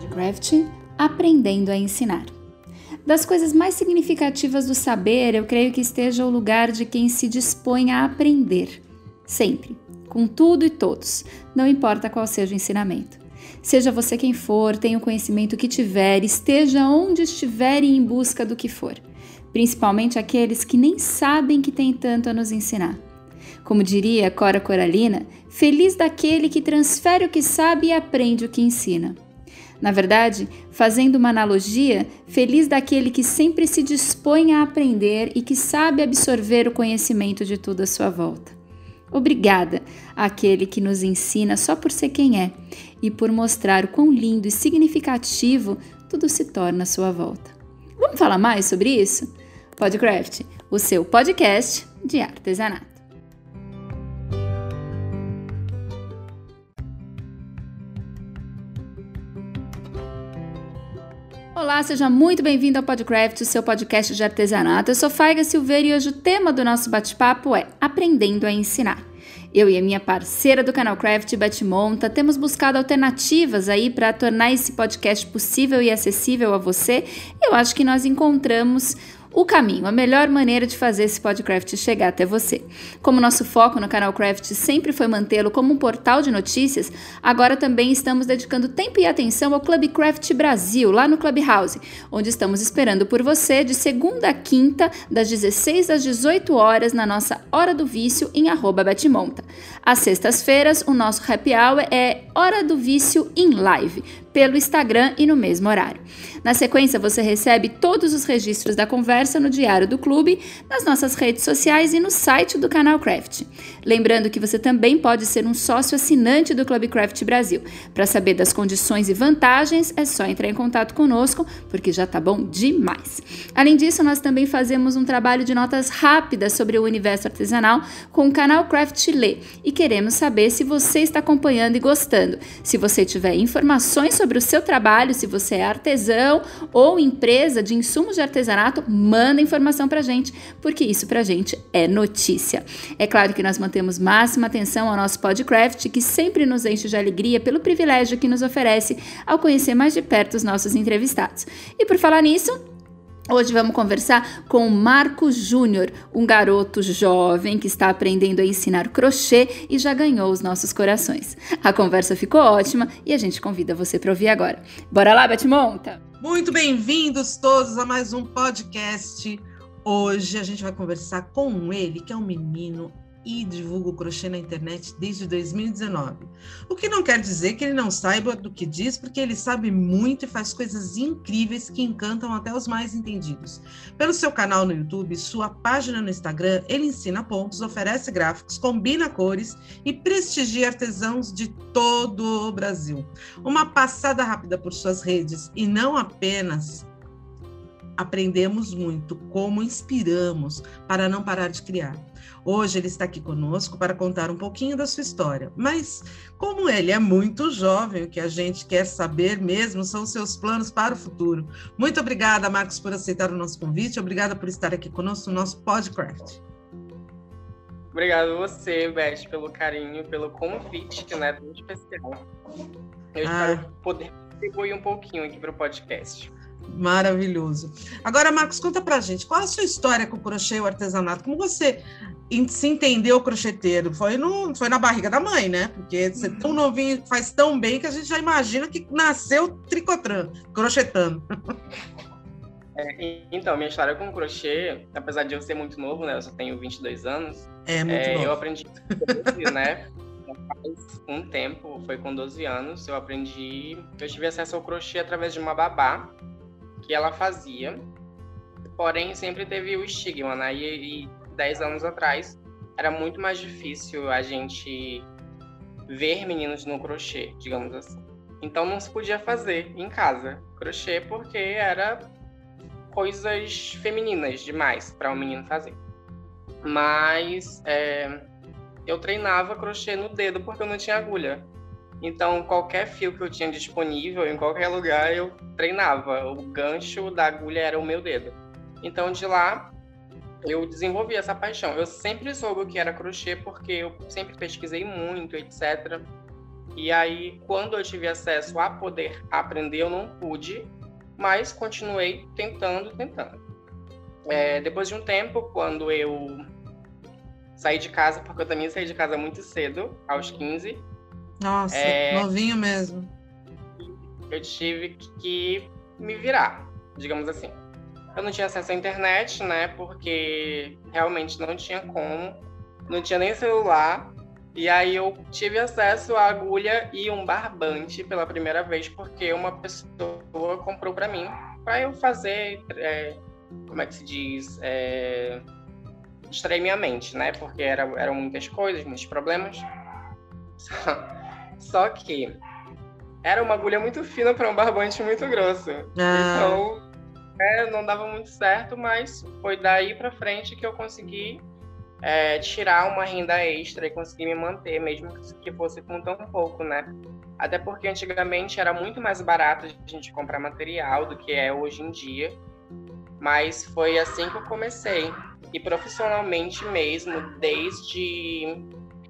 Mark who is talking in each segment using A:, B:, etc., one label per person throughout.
A: Podcraft, aprendendo a ensinar. Das coisas mais significativas do saber, eu creio que esteja o lugar de quem se dispõe a aprender. Sempre, com tudo e todos, não importa qual seja o ensinamento. Seja você quem for, tenha o conhecimento que tiver, esteja onde estiver e em busca do que for. Principalmente aqueles que nem sabem que tem tanto a nos ensinar. Como diria Cora Coralina, feliz daquele que transfere o que sabe e aprende o que ensina. Na verdade, fazendo uma analogia, feliz daquele que sempre se dispõe a aprender e que sabe absorver o conhecimento de tudo à sua volta. Obrigada àquele que nos ensina só por ser quem é e por mostrar o quão lindo e significativo tudo se torna à sua volta. Vamos falar mais sobre isso? Podcraft, o seu podcast de artesanato. Olá, seja muito bem-vindo ao Podcraft, o seu podcast de artesanato. Eu sou Faiga Silveira e hoje o tema do nosso bate-papo é Aprendendo a Ensinar. Eu e a minha parceira do canal Craft, Beth Monta, temos buscado alternativas aí para tornar esse podcast possível e acessível a você. Eu acho que nós encontramos o caminho, a melhor maneira de fazer esse podcast chegar até você. Como nosso foco no canal Craft sempre foi mantê-lo como um portal de notícias, agora também estamos dedicando tempo e atenção ao Clube Craft Brasil, lá no Clubhouse, onde estamos esperando por você de segunda a quinta, das 16 às 18 horas, na nossa Hora do Vício em @betmonta. Às sextas-feiras, o nosso happy hour é Hora do Vício em live, pelo Instagram e no mesmo horário. Na sequência, você recebe todos os registros da conversa no Diário do Clube, nas nossas redes sociais e no site do canal Craft. Lembrando que você também pode ser um sócio assinante do Clube Craft Brasil. Para saber das condições e vantagens, é só entrar em contato conosco, porque já tá bom demais. Além disso, nós também fazemos um trabalho de notas rápidas sobre o universo artesanal com o canal Craft Lê e queremos saber se você está acompanhando e gostando. Se você tiver informações sobre o seu trabalho, se você é artesão ou empresa de insumos de artesanato, manda informação pra gente, porque isso pra gente é notícia. É claro que nós mantemos máxima atenção ao nosso Podcraft, que sempre nos enche de alegria pelo privilégio que nos oferece ao conhecer mais de perto os nossos entrevistados. E por falar nisso, hoje vamos conversar com o Marco Júnior, um garoto jovem que está aprendendo a ensinar crochê e já ganhou os nossos corações. A conversa ficou ótima e a gente convida você para ouvir agora. Bora lá, Beth Monta!
B: Muito bem-vindos todos a mais um podcast. Hoje a gente vai conversar com ele, que é um menino e divulga o crochê na internet desde 2019. O que não quer dizer que ele não saiba do que diz, porque ele sabe muito e faz coisas incríveis que encantam até os mais entendidos. Pelo seu canal no YouTube, sua página no Instagram, ele ensina pontos, oferece gráficos, combina cores e prestigia artesãos de todo o Brasil. Uma passada rápida por suas redes e não apenas aprendemos muito, como inspiramos para não parar de criar. Hoje ele está aqui conosco para contar um pouquinho da sua história, mas como ele é muito jovem, o que a gente quer saber mesmo são seus planos para o futuro. Muito obrigada, Marcos, por aceitar o nosso convite, obrigada por estar aqui conosco no nosso Podcraft.
C: Obrigado a você, Beth, pelo carinho, pelo convite, que é tão especial. Eu espero poder contribuir um pouquinho aqui para o podcast.
B: Maravilhoso. Agora, Marcos, conta pra gente, qual a sua história com o crochê e o artesanato? Como você se entendeu crocheteiro? Foi na barriga da mãe, né? Porque você é tão novinho, faz tão bem que a gente já imagina que nasceu crochetando.
C: Então, minha história com crochê, apesar de eu ser muito novo, né? Eu só tenho 22 anos.
B: Muito novo.
C: Eu aprendi, né? Faz um tempo, foi com 12 anos, eu tive acesso ao crochê através de uma babá que ela fazia, porém sempre teve o estigma, né? E 10 anos atrás era muito mais difícil a gente ver meninos no crochê, digamos assim. Então não se podia fazer em casa crochê porque era coisas femininas demais para um menino fazer. Mas eu treinava crochê no dedo porque eu não tinha agulha. Então, qualquer fio que eu tinha disponível, em qualquer lugar, eu treinava. O gancho da agulha era o meu dedo. Então, de lá, eu desenvolvi essa paixão. Eu sempre soube o que era crochê, porque eu sempre pesquisei muito, etc. E aí, quando eu tive acesso a poder aprender, eu não pude, mas continuei tentando. Depois de um tempo, quando eu saí de casa, porque eu também saí de casa muito cedo, aos 15.
B: Nossa, novinho mesmo.
C: Eu tive que me virar, digamos assim. Eu não tinha acesso à internet, né? Porque realmente não tinha como. Não tinha nem celular. E aí eu tive acesso à agulha e um barbante pela primeira vez, porque uma pessoa comprou para mim, para eu fazer, como é que se diz? Distrair minha mente, né? Porque eram muitas coisas, muitos problemas. Só que era uma agulha muito fina para um barbante muito grosso. Então, não dava muito certo, mas foi daí para frente que eu consegui tirar uma renda extra e conseguir me manter, mesmo que fosse com tão pouco, né? Até porque antigamente era muito mais barato a gente comprar material do que é hoje em dia. Mas foi assim que eu comecei. E profissionalmente mesmo, desde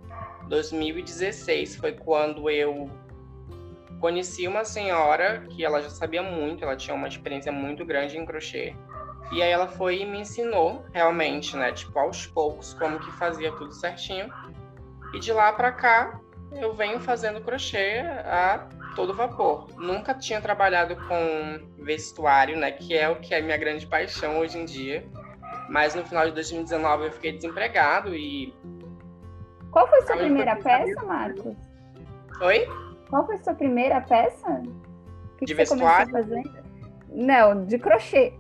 C: 2016, foi quando eu conheci uma senhora que ela já sabia muito, ela tinha uma experiência muito grande em crochê. E aí ela foi e me ensinou realmente, né, tipo, aos poucos, como que fazia tudo certinho. E de lá pra cá, eu venho fazendo crochê a todo vapor. Nunca tinha trabalhado com vestuário, né, que é o que é minha grande paixão hoje em dia. Mas no final de 2019 eu fiquei desempregado e...
A: Qual foi sua primeira peça, Marcos?
C: Oi?
A: Qual foi sua primeira peça? Que
C: de
A: você
C: vestuário?
A: começou a fazer? Não, de crochê.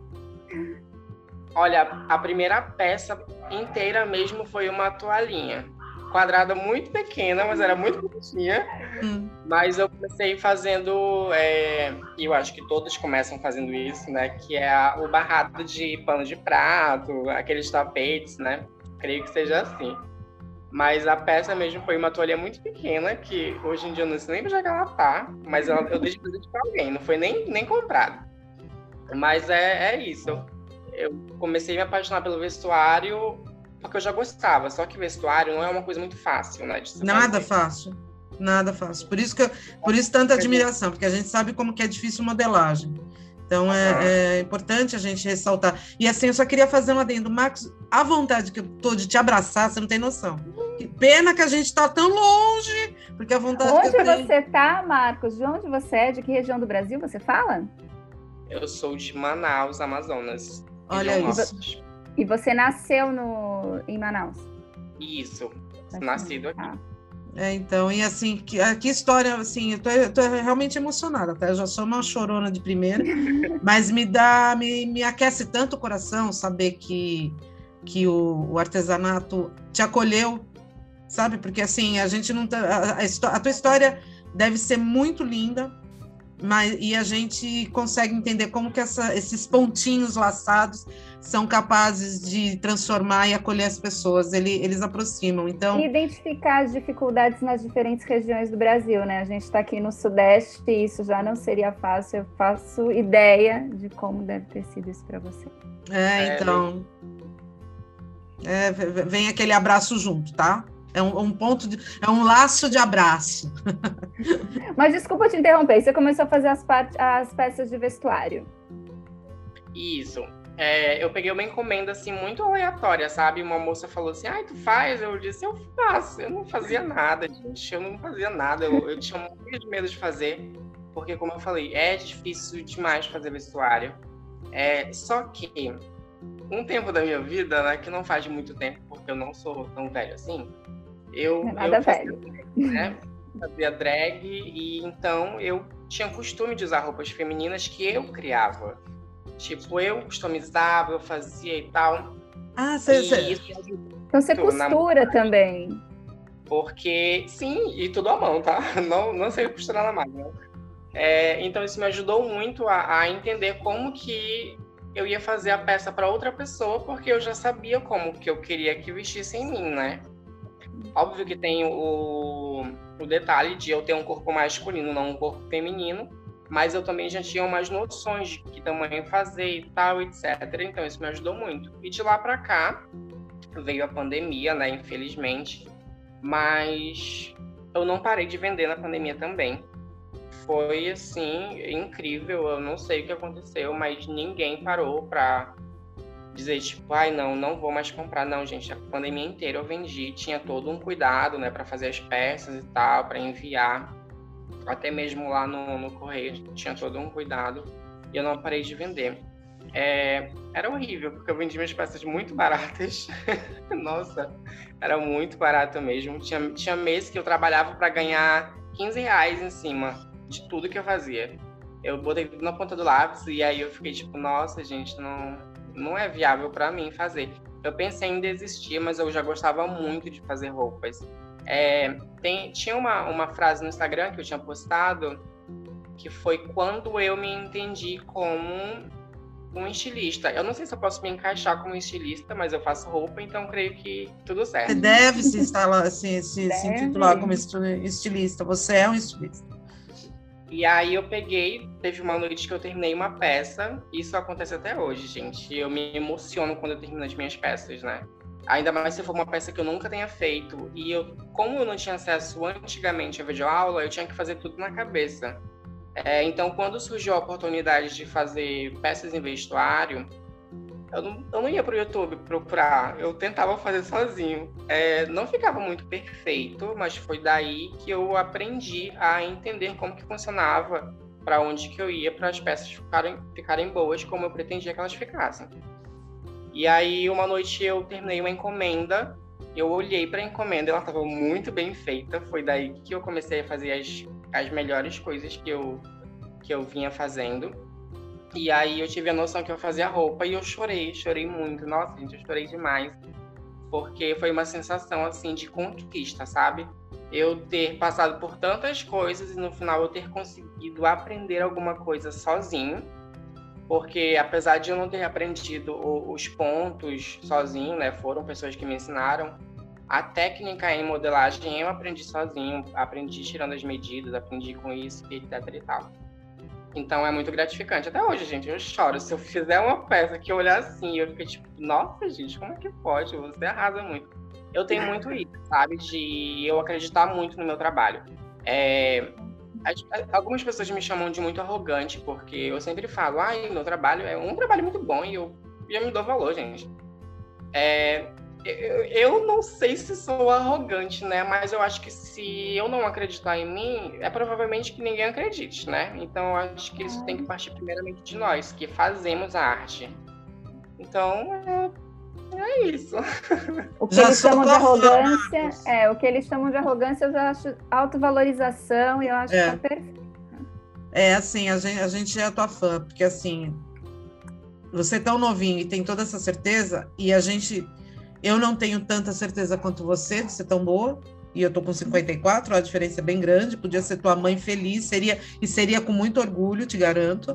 C: Olha, a primeira peça inteira mesmo foi uma toalhinha. Quadrada muito pequena, mas era muito bonitinha. Mas eu comecei fazendo, e eu acho que todos começam fazendo isso, né? Que é o barrado de pano de prato, aqueles tapetes, né? Creio que seja assim. Mas a peça mesmo foi uma toalha muito pequena, que hoje em dia eu não sei nem onde é que ela tá, mas eu dei de presente pra alguém, não foi nem comprado. Mas é isso. Eu comecei a me apaixonar pelo vestuário porque eu já gostava, só que vestuário não é uma coisa muito fácil, né? De se
B: Nada
C: fazer.
B: fácil. Nada fácil. Por isso tanta admiração, porque a gente sabe como que é difícil modelagem. Então, é importante a gente ressaltar. E assim, eu só queria fazer um adendo. Marcos, a vontade que eu tô de te abraçar, você não tem noção. Que pena que a gente está tão longe, porque a vontade
A: Onde
B: que eu tenho...
A: você tá, Marcos? De onde você é? De que região do Brasil você fala?
C: Eu sou de Manaus, Amazonas.
B: Olha isso.
A: E você nasceu em Manaus?
C: Isso, nascido aqui.
B: Então, e assim, que história, assim, eu tô realmente emocionada, tá? Eu já sou uma chorona de primeira, mas me aquece tanto o coração saber que o artesanato te acolheu, sabe? Porque assim, a gente não tá, a tua história deve ser muito linda, e a gente consegue entender como que esses pontinhos laçados são capazes de transformar e acolher as pessoas, eles aproximam. Então,
A: e identificar as dificuldades nas diferentes regiões do Brasil, né? A gente está aqui no Sudeste e isso já não seria fácil. Eu faço ideia de como deve ter sido isso para você.
B: Então, vem aquele abraço junto, tá? É um laço de abraço.
A: Mas desculpa te interromper, você começou a fazer as peças de vestuário.
C: Isso. Eu peguei uma encomenda, assim, muito aleatória, sabe? Uma moça falou assim, tu faz? Eu disse, eu faço. Eu não fazia nada, gente. Eu não fazia nada. Eu tinha muito medo de fazer. Porque, como eu falei, é difícil demais fazer vestuário. Só que, um tempo da minha vida, né, que não faz muito tempo, porque eu não sou tão velho assim, eu fazia drag, e então eu tinha costume de usar roupas femininas que eu criava. Tipo, eu customizava, eu fazia e tal.
A: Então você costura também?
C: Porque, sim, e tudo à mão, tá? Não sei costurar na máquina. Então isso me ajudou muito a entender como que eu ia fazer a peça para outra pessoa, porque eu já sabia como que eu queria que vestisse em mim, né? Óbvio que tem o detalhe de eu ter um corpo masculino, não um corpo feminino, mas eu também já tinha umas noções de que tamanho fazer e tal, etc. Então isso me ajudou muito. E de lá para cá, veio a pandemia, né, infelizmente, mas eu não parei de vender na pandemia também. Foi, assim, incrível. Eu não sei o que aconteceu, mas ninguém parou pra dizer, tipo, ai, não vou mais comprar. Não, gente, a pandemia inteira eu vendi. Tinha todo um cuidado, né, pra fazer as peças e tal, pra enviar. Até mesmo lá no correio tinha todo um cuidado. E eu não parei de vender. Era horrível, porque eu vendi minhas peças muito baratas. Nossa, era muito barato mesmo. Tinha meses que eu trabalhava para ganhar R$15 em cima de tudo que eu fazia. Eu botei tudo na ponta do lápis e aí eu fiquei tipo, nossa, gente, não é viável para mim fazer. Eu pensei em desistir, mas eu já gostava muito de fazer roupas. Tinha uma frase no Instagram que eu tinha postado, que foi quando eu me entendi como um estilista. Eu não sei se eu posso me encaixar como estilista, mas eu faço roupa, então creio que tudo certo.
B: Você deve se instalar, se intitular como estilista. Você é um estilista.
C: E aí eu teve uma noite que eu terminei uma peça. Isso acontece até hoje, gente. Eu me emociono quando eu termino as minhas peças, né? Ainda mais se for uma peça que eu nunca tenha feito. E como eu não tinha acesso antigamente à videoaula, eu tinha que fazer tudo na cabeça. Então, quando surgiu a oportunidade de fazer peças em vestuário, eu não ia para o YouTube procurar, eu tentava fazer sozinho. Não ficava muito perfeito, mas foi daí que eu aprendi a entender como que funcionava, para onde que eu ia, para as peças ficarem boas como eu pretendia que elas ficassem. E aí, uma noite eu terminei uma encomenda, eu olhei para a encomenda, ela estava muito bem feita, foi daí que eu comecei a fazer as melhores coisas que eu vinha fazendo. E aí eu tive a noção que eu fazia roupa e eu chorei muito. Nossa, gente, eu chorei demais. Porque foi uma sensação, assim, de conquista, sabe? Eu ter passado por tantas coisas e no final eu ter conseguido aprender alguma coisa sozinho. Porque apesar de eu não ter aprendido os pontos sozinho, né? Foram pessoas que me ensinaram. A técnica em modelagem eu aprendi sozinho, aprendi tirando as medidas, aprendi com isso, etc e tal. Então é muito gratificante. Até hoje, gente, eu choro. Se eu fizer uma peça que eu olhar assim, eu fico tipo, nossa, gente, como é que pode? Você arrasa muito. Eu tenho muito isso, sabe? De eu acreditar muito no meu trabalho. Algumas pessoas me chamam de muito arrogante, porque eu sempre falo, meu trabalho é um trabalho muito bom e eu já me dou valor, gente. Eu não sei se sou arrogante, né? Mas eu acho que se eu não acreditar em mim, é provavelmente que ninguém acredite, né? Então eu acho que isso tem que partir primeiramente de nós, que fazemos a arte. Então, é isso.
A: O que eles chamam de arrogância, o que eles chamam de arrogância, eu já acho autovalorização e eu acho que tá perfeito.
B: Assim, a gente é a tua fã, porque assim, você é tão novinho e tem toda essa certeza, e eu não tenho tanta certeza quanto você de ser tão boa, e eu tô com 54, a diferença é bem grande, podia ser tua mãe feliz, seria com muito orgulho, te garanto.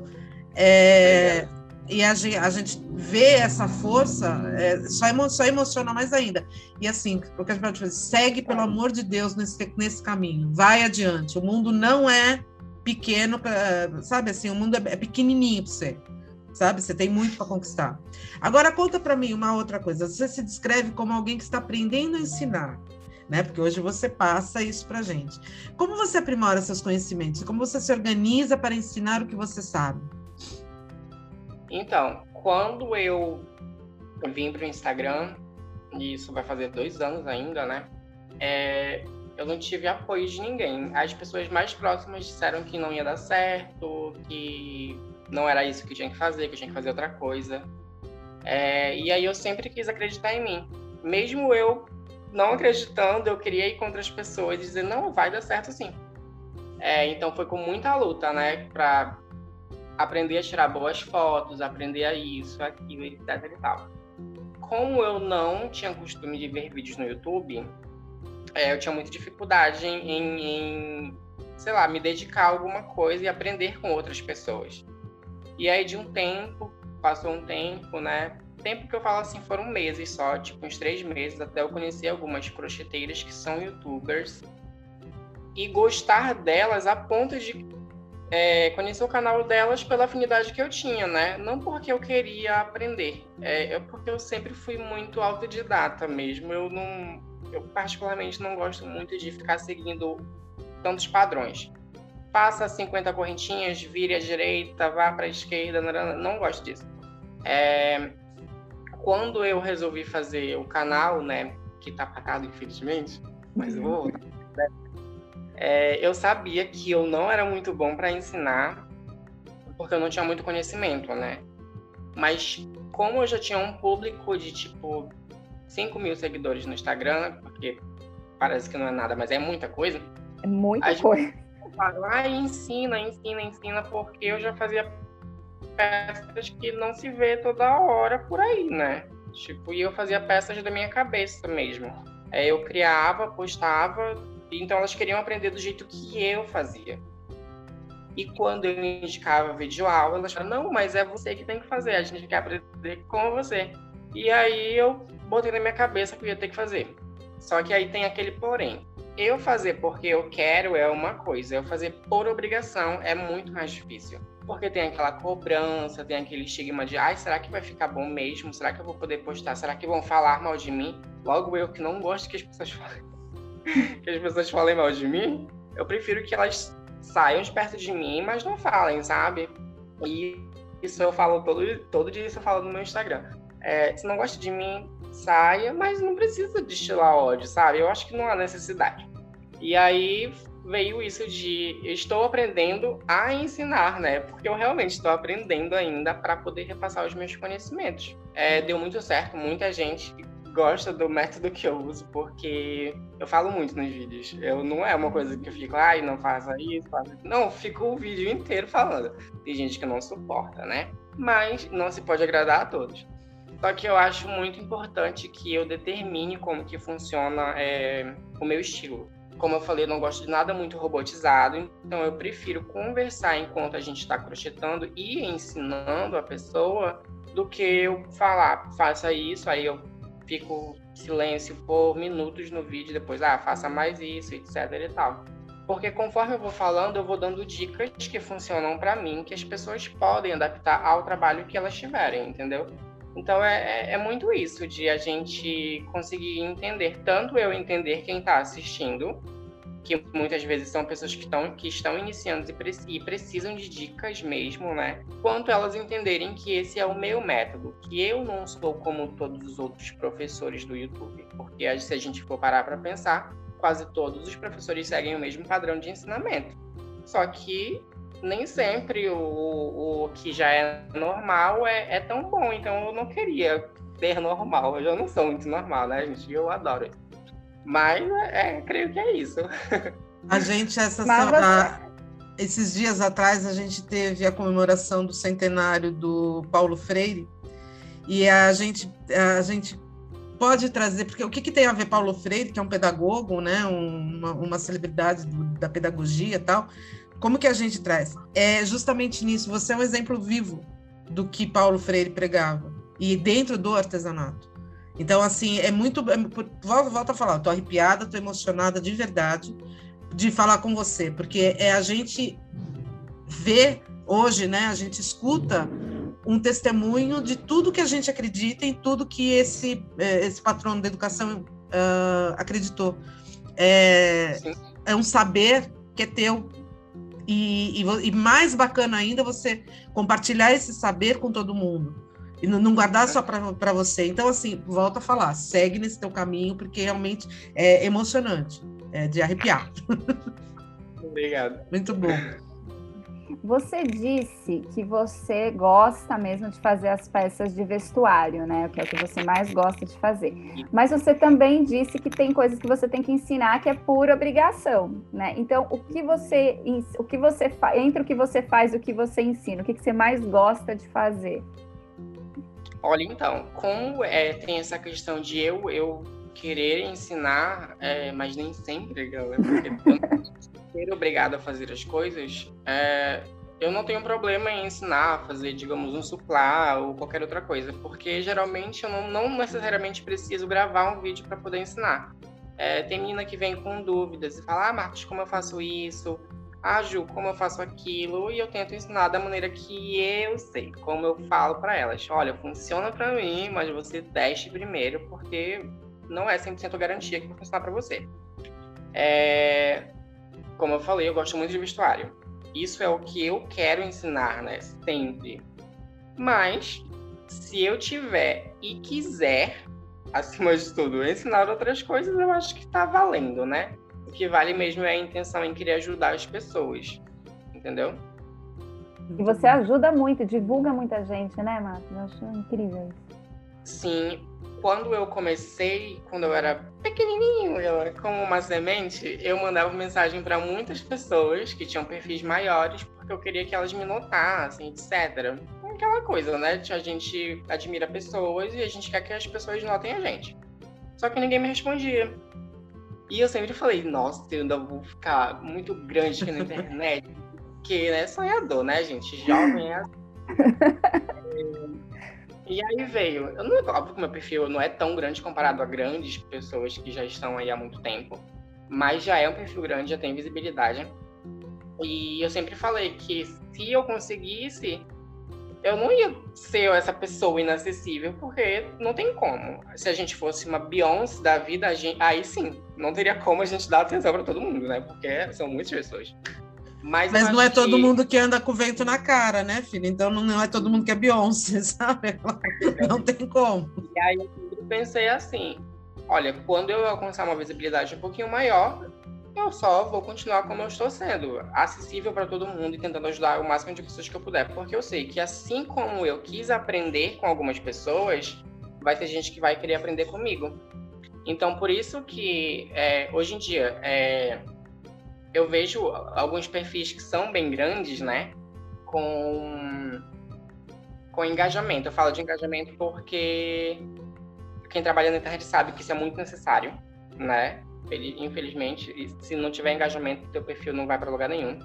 B: E a gente vê essa força, só emociona mais ainda. E assim, o que a gente pode fazer? Segue, pelo amor de Deus, nesse caminho, vai adiante. O mundo não é pequeno, sabe assim, o mundo é pequenininho para você. Sabe? Você tem muito para conquistar. Agora, conta para mim uma outra coisa. Você se descreve como alguém que está aprendendo a ensinar, né? Porque hoje você passa isso para a gente. Como você aprimora seus conhecimentos? Como você se organiza para ensinar o que você sabe?
C: Então, quando eu vim para o Instagram, e isso vai fazer 2 anos ainda, né? Eu não tive apoio de ninguém. As pessoas mais próximas disseram que não ia dar certo, que não era isso que eu tinha que fazer, que eu tinha que fazer outra coisa. E aí eu sempre quis acreditar em mim. Mesmo eu não acreditando, eu queria ir contra as pessoas e dizer, não, vai dar certo sim. Então foi com muita luta, né, para aprender a tirar boas fotos, aprender a isso, aquilo, etc e tal. Como eu não tinha costume de ver vídeos no YouTube, eu tinha muita dificuldade em, sei lá, me dedicar a alguma coisa e aprender com outras pessoas. E aí, passou um tempo, né? Tempo que eu falo assim, foram meses só, tipo uns 3 meses, até eu conhecer algumas crocheteiras que são youtubers. E gostar delas a ponto de conhecer o canal delas pela afinidade que eu tinha, né? Não porque eu queria aprender, porque eu sempre fui muito autodidata mesmo. Eu eu particularmente não gosto muito de ficar seguindo tantos padrões. Faça 50 correntinhas, vire à direita, vá para a esquerda, não gosto disso. Quando eu resolvi fazer o canal, né, que tá parado, infelizmente, mas eu vou voltar. Eu sabia que eu não era muito bom para ensinar, porque eu não tinha muito conhecimento, né? Mas como eu já tinha um público de, tipo, 5.000 seguidores no Instagram, porque parece que não é nada, mas é muita coisa.
A: É muita coisa.
C: Ensina, porque eu já fazia peças que não se vê toda hora por aí, né? Tipo, e eu fazia peças da minha cabeça mesmo. Eu criava, postava, então elas queriam aprender do jeito que eu fazia. E quando eu indicava videoaula, elas falavam, não, mas é você que tem que fazer, a gente quer aprender com você. E aí eu botei na minha cabeça que eu ia ter que fazer. Só que aí tem aquele porém. Eu fazer porque eu quero é uma coisa, eu fazer por obrigação é muito mais difícil. Porque tem aquela cobrança, tem aquele estigma de será que vai ficar bom mesmo? Será que eu vou poder postar? Será que vão falar mal de mim? Logo eu que não gosto que as pessoas falem mal de mim, eu prefiro que elas saiam de perto de mim, mas não falem, sabe? E isso eu falo todo dia, isso eu falo no meu Instagram. Se não gosta de mim, saia, mas não precisa destilar ódio, sabe? Eu acho que não há necessidade. E aí veio isso de estou aprendendo a ensinar, né? Porque eu realmente estou aprendendo ainda para poder repassar os meus conhecimentos. Deu muito certo, muita gente gosta do método que eu uso, porque eu falo muito nos vídeos. Não é uma coisa que eu fico, não faça isso, faça isso. Não, eu fico o vídeo inteiro falando. Tem gente que não suporta, né? Mas não se pode agradar a todos. Só que eu acho muito importante que eu determine como que funciona o meu estilo. Como eu falei, eu não gosto de nada muito robotizado, então eu prefiro conversar enquanto a gente está crochetando e ensinando a pessoa do que eu falar, faça isso, aí eu fico em silêncio por minutos no vídeo, depois, faça mais isso, etc e tal. Porque conforme eu vou falando, eu vou dando dicas que funcionam para mim, que as pessoas podem adaptar ao trabalho que elas tiverem, entendeu? Então é muito isso, de a gente conseguir entender, tanto eu entender quem está assistindo, que muitas vezes são pessoas que estão iniciando e precisam de dicas mesmo, né? Quanto elas entenderem que esse é o meu método, que eu não sou como todos os outros professores do YouTube. Porque se a gente for parar para pensar, quase todos os professores seguem o mesmo padrão de ensinamento. Só que nem sempre o que já é normal é tão bom. Então eu não queria ser normal. Eu já não sou muito normal, né, gente? Eu adoro isso. Mas creio que é isso.
B: A gente, esses dias atrás, a gente teve a comemoração do centenário do Paulo Freire, e a gente pode trazer, porque o que tem a ver Paulo Freire, que é um pedagogo, né, uma celebridade da pedagogia e tal, como que a gente traz? É justamente nisso, você é um exemplo vivo do que Paulo Freire pregava, e dentro do artesanato. Então, assim, volto a falar, tô arrepiada, tô emocionada de verdade de falar com você, porque a gente vê hoje, né, a gente escuta um testemunho de tudo que a gente acredita, em tudo que esse patrono da educação acreditou. É um saber que é teu, e mais bacana ainda você compartilhar esse saber com todo mundo. E não guardar só para você. Então, assim, volta a falar, segue nesse teu caminho, porque realmente é emocionante, de arrepiar.
C: Obrigado.
B: Muito bom.
A: Você disse que você gosta mesmo de fazer as peças de vestuário, né? Que é o que você mais gosta de fazer. Mas você também disse que tem coisas que você tem que ensinar que é por obrigação, né? Então, entre o que você faz e o que você ensina, o que você mais gosta de fazer?
C: Olha, então, como tem essa questão de eu querer ensinar, mas nem sempre, galera, porque ser obrigado a fazer as coisas, eu não tenho problema em ensinar a fazer, digamos, um suplá ou qualquer outra coisa, porque geralmente eu não necessariamente preciso gravar um vídeo para poder ensinar. Tem menina que vem com dúvidas e fala, Marcos, como eu faço isso? Ju, como eu faço aquilo, e eu tento ensinar da maneira que eu sei, como eu falo para elas. Olha, funciona para mim, mas você teste primeiro, porque não é 100% garantia que vai funcionar para você. Como eu falei, eu gosto muito de vestuário. Isso é o que eu quero ensinar, né? Sempre. Mas, se eu tiver e quiser, acima de tudo, ensinar outras coisas, eu acho que tá valendo, né? O que vale mesmo é a intenção em querer ajudar as pessoas. Entendeu?
D: E você ajuda muito, divulga muita gente, né, Marcos? Eu acho incrível isso.
C: Sim. Quando eu comecei, quando eu era pequenininho, como uma semente, eu mandava mensagem para muitas pessoas que tinham perfis maiores, porque eu queria que elas me notassem, etc. Aquela coisa, né? A gente admira pessoas e a gente quer que as pessoas notem a gente. Só que ninguém me respondia. E eu sempre falei, nossa, eu ainda vou ficar muito grande aqui na internet, porque é sonhador, né, gente? Jovem é assim. E aí veio, óbvio que meu perfil não é tão grande comparado a grandes pessoas que já estão aí há muito tempo, mas já é um perfil grande, já tem visibilidade. E eu sempre falei que se eu conseguisse, eu não ia ser essa pessoa inacessível, porque não tem como. Se a gente fosse uma Beyoncé da vida, aí sim, não teria como a gente dar atenção para todo mundo, né? Porque são muitas pessoas. Mas
B: não é todo mundo que anda com o vento na cara, né, filha? Então não é todo mundo que é Beyoncé, sabe? Não tem como.
C: E aí eu pensei assim, olha, quando eu alcançar uma visibilidade um pouquinho maior, eu só vou continuar como eu estou sendo, acessível para todo mundo e tentando ajudar o máximo de pessoas que eu puder. Porque eu sei que assim como eu quis aprender com algumas pessoas, vai ter gente que vai querer aprender comigo. Então, por isso que hoje em dia... eu vejo alguns perfis que são bem grandes, né? Com engajamento. Eu falo de engajamento porque quem trabalha na internet sabe que isso é muito necessário, né? Infelizmente, se não tiver engajamento, teu perfil não vai para lugar nenhum.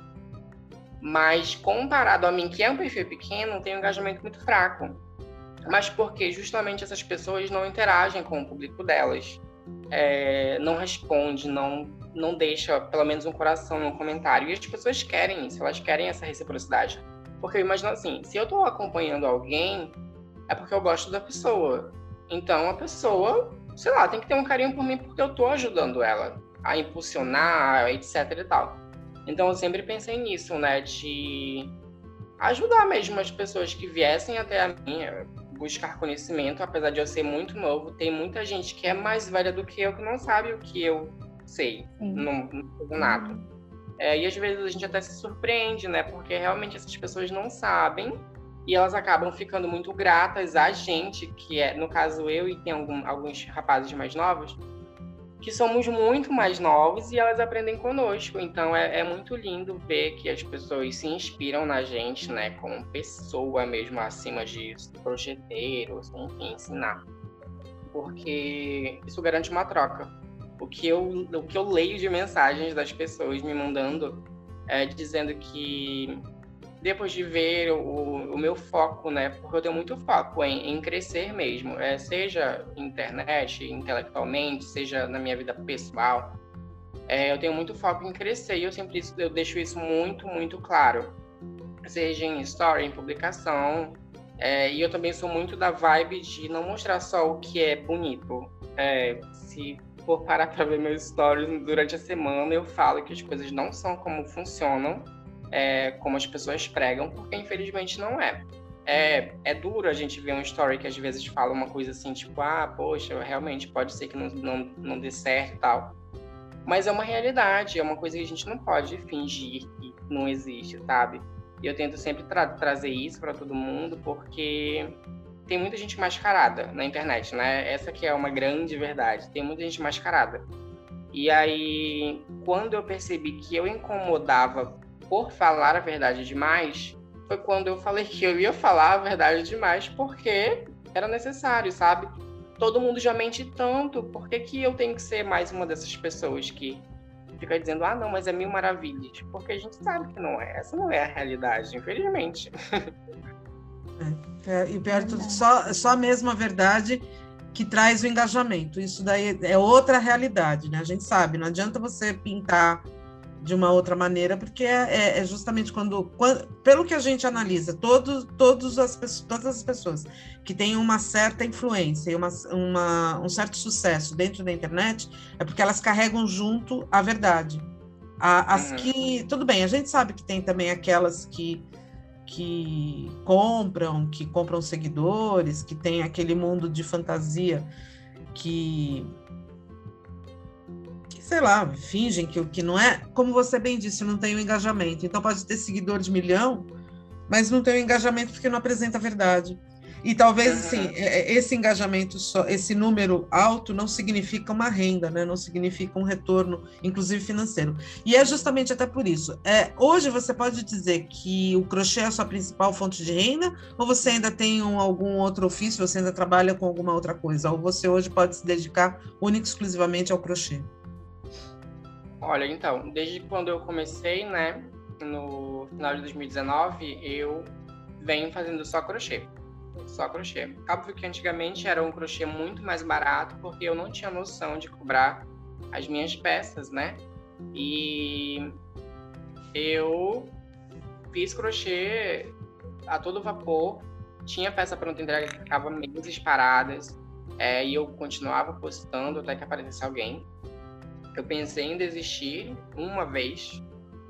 C: Mas comparado a mim, que é um perfil pequeno, tem um engajamento muito fraco. Mas porque justamente essas pessoas não interagem com o público delas. Não responde, não deixa pelo menos um coração no comentário. E as pessoas querem isso, elas querem essa reciprocidade. Porque eu imagino assim, se eu tô acompanhando alguém, é porque eu gosto da pessoa. Então a pessoa, sei lá, tem que ter um carinho por mim porque eu tô ajudando ela a impulsionar, etc e tal. Então eu sempre pensei nisso, né, de ajudar mesmo as pessoas que viessem até a mim, buscar conhecimento, apesar de eu ser muito novo. Tem muita gente que é mais velha do que eu que não sabe o que eu sei, não sei nada. E às vezes a gente até se surpreende, né? Porque realmente essas pessoas não sabem e elas acabam ficando muito gratas a gente, que é, no caso, eu e tem alguns rapazes mais novos, que somos muito mais novos e elas aprendem conosco. Então é muito lindo ver que as pessoas se inspiram na gente, né? Como pessoa mesmo, acima de crocheteiro, enfim, ensinar. Porque isso garante uma troca. O que eu leio de mensagens das pessoas me mandando, dizendo que depois de ver o meu foco, né? Porque eu tenho muito foco em crescer mesmo, seja internet, intelectualmente, seja na minha vida pessoal. Eu tenho muito foco em crescer e eu deixo isso muito, muito claro. Seja em story, em publicação. E eu também sou muito da vibe de não mostrar só o que é bonito. Se for parar para ver meus stories durante a semana, eu falo que as coisas não são como funcionam, como as pessoas pregam, porque infelizmente não é. É duro a gente ver um story que às vezes fala uma coisa assim, tipo, poxa, realmente pode ser que não dê certo e tal. Mas é uma realidade, é uma coisa que a gente não pode fingir que não existe, sabe? E eu tento sempre trazer isso para todo mundo, porque tem muita gente mascarada na internet, né? Essa que é uma grande verdade. Tem muita gente mascarada. E aí, quando eu percebi que eu incomodava por falar a verdade demais, foi quando eu falei que eu ia falar a verdade demais, porque era necessário, sabe? Todo mundo já mente tanto, por que eu tenho que ser mais uma dessas pessoas que fica dizendo, não, mas é 1000 maravilhas? Porque a gente sabe que não é. Essa não é a realidade, infelizmente.
B: E pior de tudo, só a mesma verdade que traz o engajamento. Isso daí é outra realidade, né? A gente sabe, não adianta você pintar de uma outra maneira, porque é justamente quando, pelo que a gente analisa, todas as pessoas que têm uma certa influência e um certo sucesso dentro da internet, é porque elas carregam junto a verdade. As que, tudo bem, a gente sabe que tem também aquelas que compram seguidores, que tem aquele mundo de fantasia que sei lá, fingem que não é, como você bem disse, não tem o engajamento. Então pode ter seguidor de 1 milhão, mas não tem o engajamento porque não apresenta a verdade. E talvez assim, esse engajamento, esse número alto não significa uma renda, né? Não significa um retorno, inclusive financeiro. E é justamente até por isso. Hoje você pode dizer que o crochê é a sua principal fonte de renda, ou você ainda tem algum outro ofício, você ainda trabalha com alguma outra coisa, ou você hoje pode se dedicar única e exclusivamente ao crochê?
C: Olha, então, desde quando eu comecei, né, no final de 2019, eu venho fazendo só crochê. Só crochê. Óbvio que antigamente era um crochê muito mais barato, porque eu não tinha noção de cobrar as minhas peças, né? E eu fiz crochê a todo vapor, tinha peça pronta entrega que ficava meses paradas, e eu continuava postando até que aparecesse alguém. Eu pensei em desistir uma vez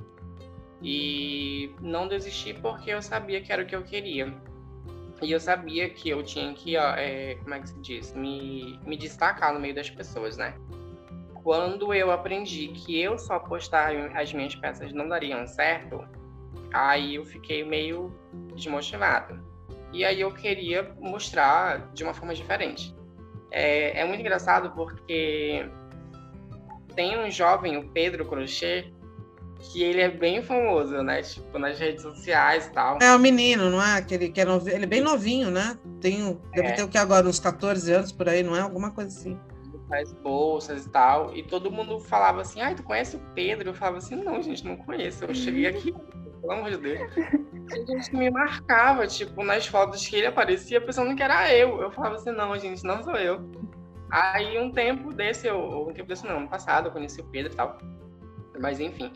C: e não desisti porque eu sabia que era o que eu queria. E eu sabia que eu tinha que, como é que se diz, me destacar no meio das pessoas, né? Quando eu aprendi que eu só postar as minhas peças não dariam certo, aí eu fiquei meio desmotivado. E aí eu queria mostrar de uma forma diferente. É muito engraçado porque tem um jovem, o Pedro Crochê, que ele é bem famoso, né? Tipo, nas redes sociais e tal.
B: É o menino, não é? Aquele que é novinho, ele é bem novinho, né? Deve ter o que agora, uns 14 anos por aí, não é? Alguma coisa assim.
C: Ele faz bolsas e tal. E todo mundo falava assim, tu conhece o Pedro? Eu falava assim, não, gente, não conheço. Eu cheguei aqui, pelo amor de Deus. A gente me marcava, tipo, nas fotos que ele aparecia, pensando que era eu. Eu falava assim, não, gente, não sou eu. Aí um tempo desse, ano passado, eu conheci o Pedro e tal. Mas enfim.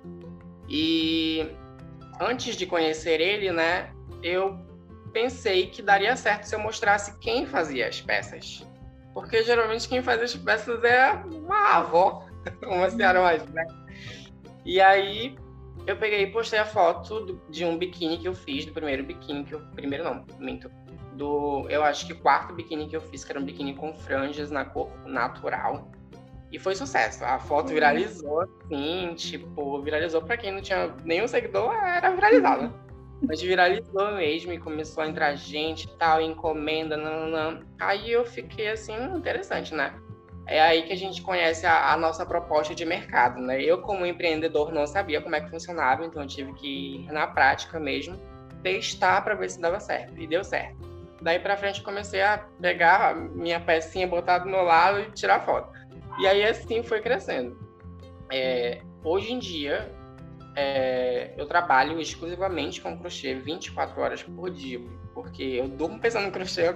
C: E antes de conhecer ele, né, eu pensei que daria certo se eu mostrasse quem fazia as peças. Porque geralmente quem faz as peças é uma avó, uma senhora mais, né? E aí eu peguei e postei a foto de um biquíni que eu fiz, do primeiro biquíni que eu... Primeiro não, minto. Eu acho que o quarto biquíni que eu fiz, que era um biquíni com franjas na cor natural. E foi sucesso. A foto viralizou, assim, tipo, viralizou pra quem não tinha nenhum seguidor, era viralizada. Mas viralizou mesmo e começou a entrar gente e tal, encomenda, não. Aí eu fiquei assim, interessante, né? É aí que a gente conhece a nossa proposta de mercado, né? Eu, como empreendedor, não sabia como é que funcionava, então eu tive que ir na prática mesmo, testar pra ver se dava certo. E deu certo. Daí pra frente eu comecei a pegar a minha pecinha, botar do meu lado e tirar foto. E aí assim foi crescendo. Hoje em dia, eu trabalho exclusivamente com crochê 24 horas por dia, porque eu durmo pensando em crochê.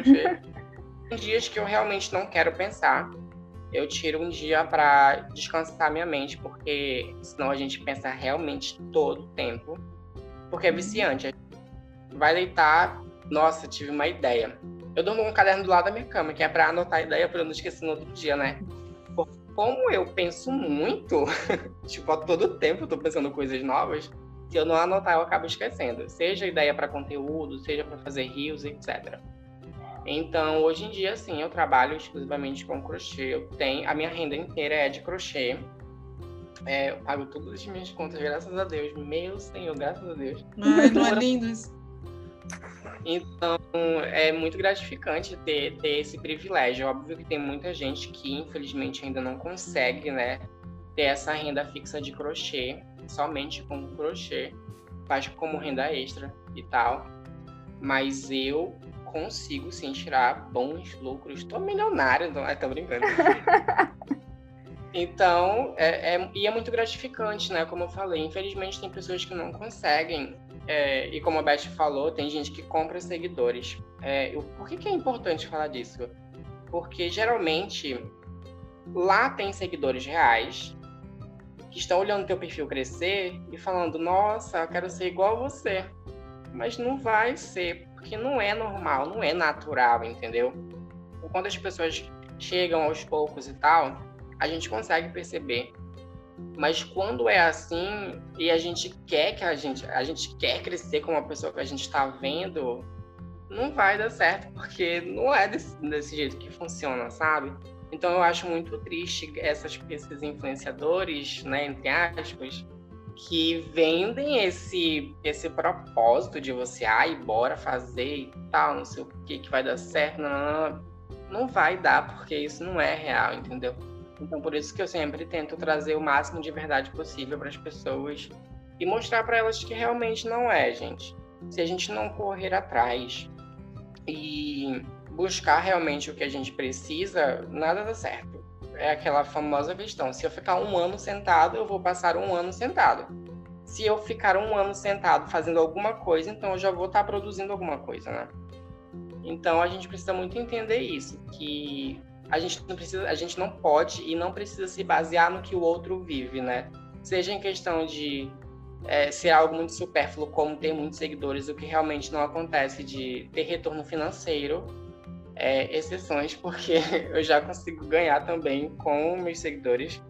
C: Em dias que eu realmente não quero pensar, eu tiro um dia para descansar minha mente, porque senão a gente pensa realmente todo o tempo, porque é viciante. Vai deitar, nossa, tive uma ideia. Eu durmo com um caderno do lado da minha cama, que é para anotar a ideia para eu não esquecer no outro dia, né? Como eu penso muito, tipo, a todo tempo eu tô pensando coisas novas, se eu não anotar eu acabo esquecendo. Seja ideia para conteúdo, seja para fazer reels, etc. Então, hoje em dia, sim, eu trabalho exclusivamente com crochê. A minha renda inteira é de crochê. Eu pago todas as minhas contas, graças a Deus. Meu Senhor, graças a Deus.
B: Ai, não é lindo isso?
C: Então, é muito gratificante ter esse privilégio. Óbvio que tem muita gente que, infelizmente, ainda não consegue, né, ter essa renda fixa de crochê, somente com crochê, faz como renda extra e tal. Mas eu consigo, sim, tirar bons lucros. Tô milionário, tô brincando. Então, e é muito gratificante, né, como eu falei. Infelizmente, tem pessoas que não conseguem. E como a Beth falou, tem gente que compra seguidores. Por que é importante falar disso? Porque, geralmente, lá tem seguidores reais que estão olhando teu perfil crescer e falando, nossa, eu quero ser igual a você. Mas não vai ser, porque não é normal, não é natural, entendeu? Quando as pessoas chegam aos poucos e tal, a gente consegue perceber. Mas quando é assim, e a gente quer quer crescer como a pessoa que a gente está vendo, não vai dar certo, porque não é desse jeito que funciona, sabe? Então eu acho muito triste esses influenciadores, né, entre aspas, que vendem esse propósito de você, bora fazer e tal, não sei o que vai dar certo. Não vai dar, porque isso não é real, entendeu? Então, por isso que eu sempre tento trazer o máximo de verdade possível para as pessoas e mostrar para elas que realmente não é, gente. Se a gente não correr atrás e buscar realmente o que a gente precisa, nada dá certo. É aquela famosa questão, se eu ficar 1 ano sentado, eu vou passar 1 ano sentado. Se eu ficar 1 ano sentado fazendo alguma coisa, então eu já vou estar produzindo alguma coisa, né? Então, a gente precisa muito entender isso, que a gente não pode e não precisa se basear no que o outro vive, né? Seja em questão de ser algo muito supérfluo, como ter muitos seguidores, o que realmente não acontece, de ter retorno financeiro, exceções, porque eu já consigo ganhar também com meus seguidores.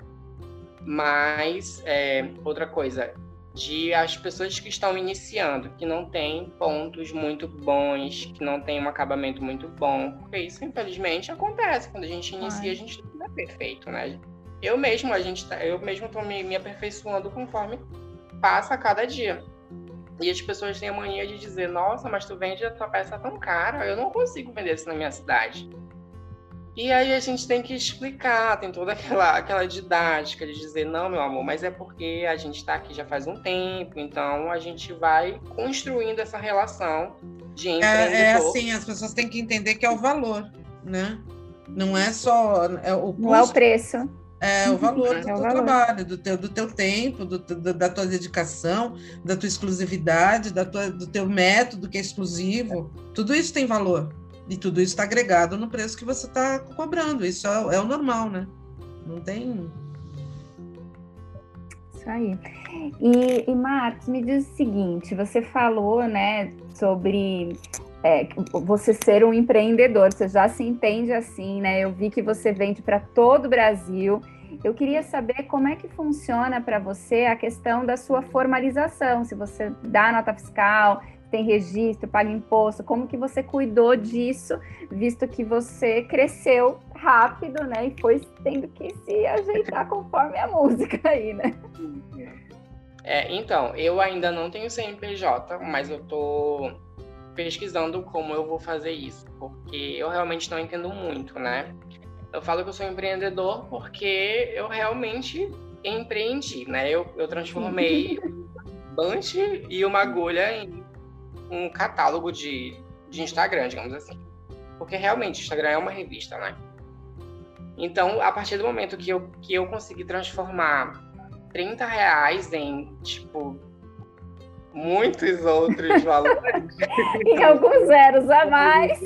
C: Mas, outra coisa, de as pessoas que estão iniciando, que não têm pontos muito bons, que não têm um acabamento muito bom, porque isso, infelizmente, acontece. Quando a gente inicia, a gente não é perfeito, né? Eu mesmo estou me aperfeiçoando conforme passa a cada dia. E as pessoas têm a mania de dizer, nossa, mas tu vende a tua peça tão cara, eu não consigo vender isso na minha cidade. E aí a gente tem que explicar, tem toda aquela didática de dizer, não, meu amor, mas é porque a gente está aqui já faz um tempo, então a gente vai construindo essa relação de empreendedor.
B: É assim, as pessoas têm que entender que é o valor, né? Não é só o custo.
D: Não é o preço.
B: É o valor do teu trabalho, do teu tempo, da tua dedicação, da tua exclusividade, do teu método que é exclusivo. Tudo isso tem valor. E tudo isso está agregado no preço que você está cobrando. Isso é o normal, né? Não tem...
D: Isso aí. E Marcos, me diz o seguinte, você falou, né, sobre você ser um empreendedor, você já se entende assim, né? Eu vi que você vende para todo o Brasil. Eu queria saber como é que funciona para você a questão da sua formalização, se você dá nota fiscal, tem registro, paga imposto, como que você cuidou disso, visto que você cresceu rápido, né, e foi tendo que se ajeitar conforme a música aí, né?
C: Então, eu ainda não tenho CNPJ, mas eu tô pesquisando como eu vou fazer isso, porque eu realmente não entendo muito, né? Eu falo que eu sou empreendedor porque eu realmente empreendi, né? Eu transformei um barbante e uma agulha em um catálogo de Instagram, digamos assim. Porque realmente o Instagram é uma revista, né? Então, a partir do momento que eu consegui transformar R$30 em, tipo, muitos outros valores...
D: em alguns zeros a mais.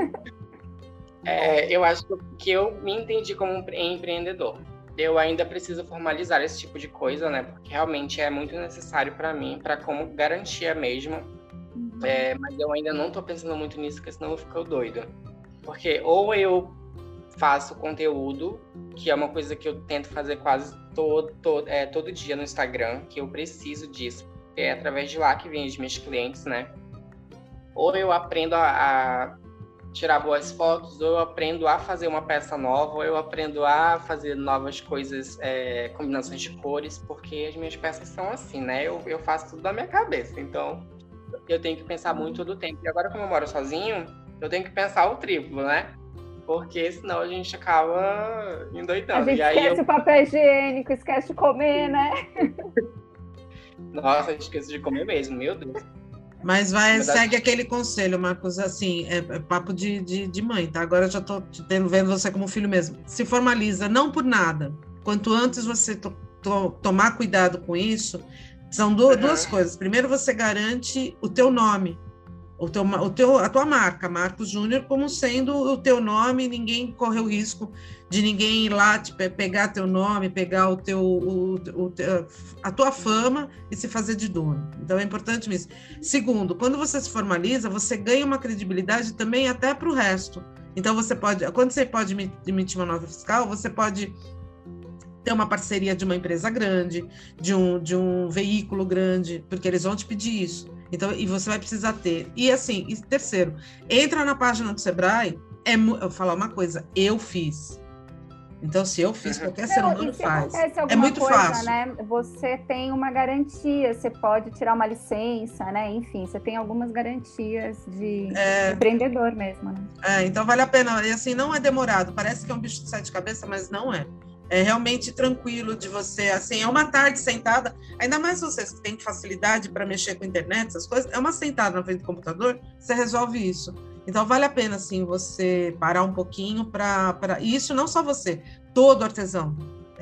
C: Eu acho que eu me entendi como empreendedor. Eu ainda preciso formalizar esse tipo de coisa, né? Porque realmente é muito necessário para mim, para como garantia mesmo. Mas eu ainda não tô pensando muito nisso, porque senão eu fico doido. Porque ou eu faço conteúdo, que é uma coisa que eu tento fazer quase todo dia no Instagram, que eu preciso disso. É através de lá que vem os meus clientes, né? Ou eu aprendo a tirar boas fotos, ou eu aprendo a fazer uma peça nova, ou eu aprendo a fazer novas coisas, combinações de cores, porque as minhas peças são assim, né? Eu faço tudo da minha cabeça, então eu tenho que pensar muito todo o tempo. E agora, como eu moro sozinho, eu tenho que pensar o triplo, né? Porque senão a gente acaba endoidando.
D: A gente esquece o papel higiênico, esquece de comer, né?
C: Nossa, eu esqueço de comer mesmo, meu Deus.
B: Mas segue aquele conselho, Marcos, assim, é papo de mãe, tá? Agora eu já tô vendo você como filho mesmo. Se formaliza, não por nada. Quanto antes você tomar cuidado com isso, são duas coisas. Primeiro, você garante o teu nome, a tua marca, Marcos Júnior, como sendo o teu nome, ninguém corre o risco de ninguém ir lá pegar teu nome, pegar a tua fama e se fazer de dono. Então é importante isso. Segundo, quando você se formaliza, você ganha uma credibilidade também até para o resto. Então quando você pode emitir uma nota fiscal, você pode ter uma parceria de uma empresa grande, de um veículo grande, porque eles vão te pedir isso. Então, e você vai precisar ter. E assim, terceiro, entra na página do Sebrae, eu vou falar uma coisa, eu fiz. Então, se eu fiz, qualquer ser humano faz. É muito fácil.
D: Né? Você tem uma garantia, você pode tirar uma licença, né? Enfim, você tem algumas garantias de empreendedor mesmo, né?
B: Então vale a pena. E assim, não é demorado. Parece que é um bicho de sete cabeças, mas não é. É realmente tranquilo de você, assim, é uma tarde sentada, ainda mais vocês que têm facilidade para mexer com a internet, essas coisas, é uma sentada na frente do computador, você resolve isso. Então, vale a pena, assim, você parar um pouquinho para... E isso não só você, todo artesão.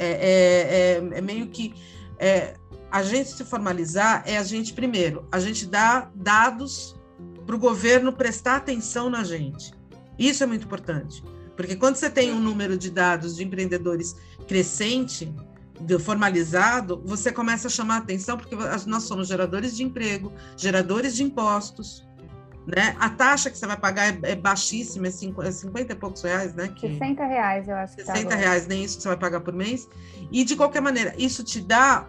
B: É meio que... a gente se formalizar a gente, primeiro, a gente dá dados para o governo prestar atenção na gente. Isso é muito importante. Porque quando você tem um número de dados de empreendedores crescente, formalizado, você começa a chamar a atenção, porque nós somos geradores de emprego, geradores de impostos, né? A taxa que você vai pagar é baixíssima, é 50 e poucos reais, né?
D: R$60, eu acho que
B: R$60, nem isso que você vai pagar por mês. E, de qualquer maneira, isso te dá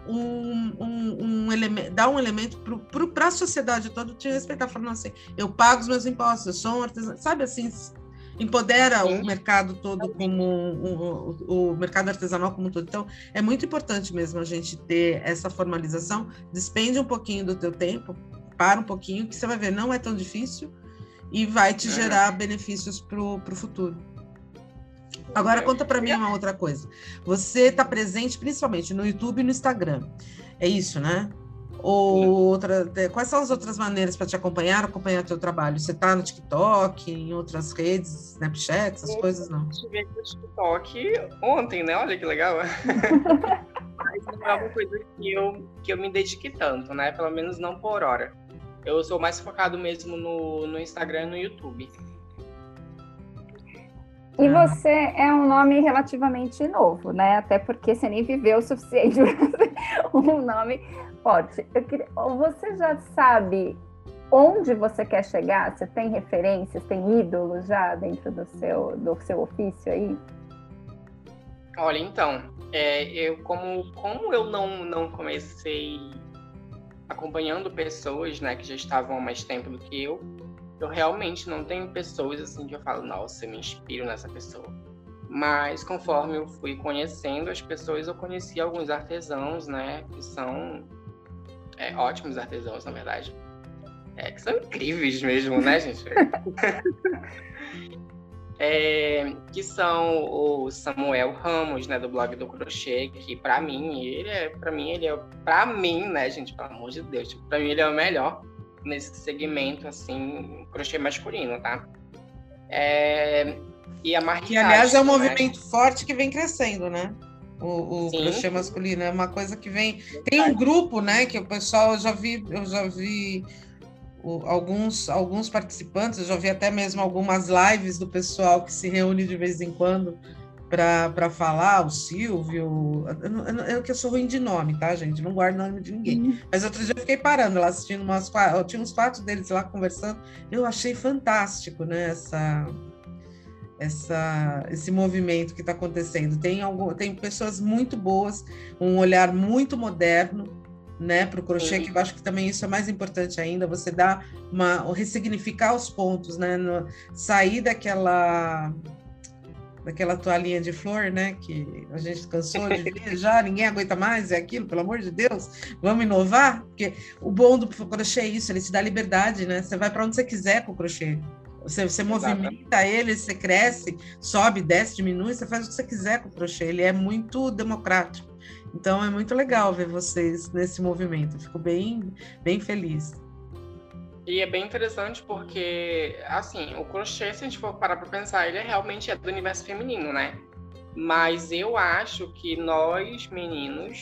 B: um elemento para a sociedade toda te respeitar, falando assim, eu pago os meus impostos, eu sou um artesão, sabe assim... empodera o mercado todo como o mercado artesanal como um todo. Então, é muito importante mesmo a gente ter essa formalização. Despende um pouquinho do teu tempo, para um pouquinho, que você vai ver, não é tão difícil e vai te gerar benefícios para o futuro. Agora, conta para mim uma outra coisa. Você está presente principalmente no YouTube e no Instagram. É isso, né? Quais são as outras maneiras para te acompanhar teu trabalho? Você está no TikTok, em outras redes, Snapchat, essas coisas, não?
C: Eu tive no TikTok ontem, né? Olha que legal. Mas não é uma coisa que eu me dedique tanto, né? Pelo menos não por hora. Eu sou mais focado mesmo no Instagram e no YouTube.
D: E você é um nome relativamente novo, né? Até porque você nem viveu o suficiente para ser um nome forte. Você já sabe onde você quer chegar? Você tem referências, tem ídolos já dentro do seu ofício aí?
C: Olha, então, eu como eu não comecei acompanhando pessoas, né, que já estavam há mais tempo do que eu realmente não tenho pessoas assim que eu falo, nossa, eu me inspiro nessa pessoa. Mas conforme eu fui conhecendo as pessoas, eu conheci alguns artesãos, né, que são ótimos artesãos, na verdade. Que são incríveis mesmo, né, gente? Que são o Samuel Ramos, né, do blog do Crochê, que pra mim, né, gente, pelo amor de Deus, pra mim ele é o melhor nesse segmento, assim, crochê masculino, tá? E a marca.
B: Que, aliás, é um movimento forte que vem crescendo, né? O crochê masculino é uma coisa que vem... Tem um grupo, né, que o pessoal, eu já vi alguns participantes, eu já vi até mesmo algumas lives do pessoal que se reúne de vez em quando para falar, o Silvio, eu que eu sou ruim de nome, tá, gente? Não guardo nome de ninguém. Mas outro dia eu fiquei parando lá, assistindo tinha uns 4 deles lá conversando, eu achei fantástico, né, esse movimento que está acontecendo. Tem pessoas muito boas, um olhar muito moderno, né, para o crochê, que eu acho que também isso é mais importante ainda, você dá ressignificar os pontos, né, sair daquela toalhinha de flor, né, que a gente cansou de ver já, ninguém aguenta mais, é aquilo, pelo amor de Deus, vamos inovar, porque o bom do crochê é isso, ele te dá liberdade, né, você vai para onde você quiser com o crochê, você movimenta ele, você cresce, sobe, desce, diminui, você faz o que você quiser com o crochê, ele é muito democrático. Então, é muito legal ver vocês nesse movimento. Eu fico bem, bem feliz.
C: E é bem interessante porque, assim, o crochê, se a gente for parar para pensar, ele realmente é do universo feminino, né? Mas eu acho que nós, meninos,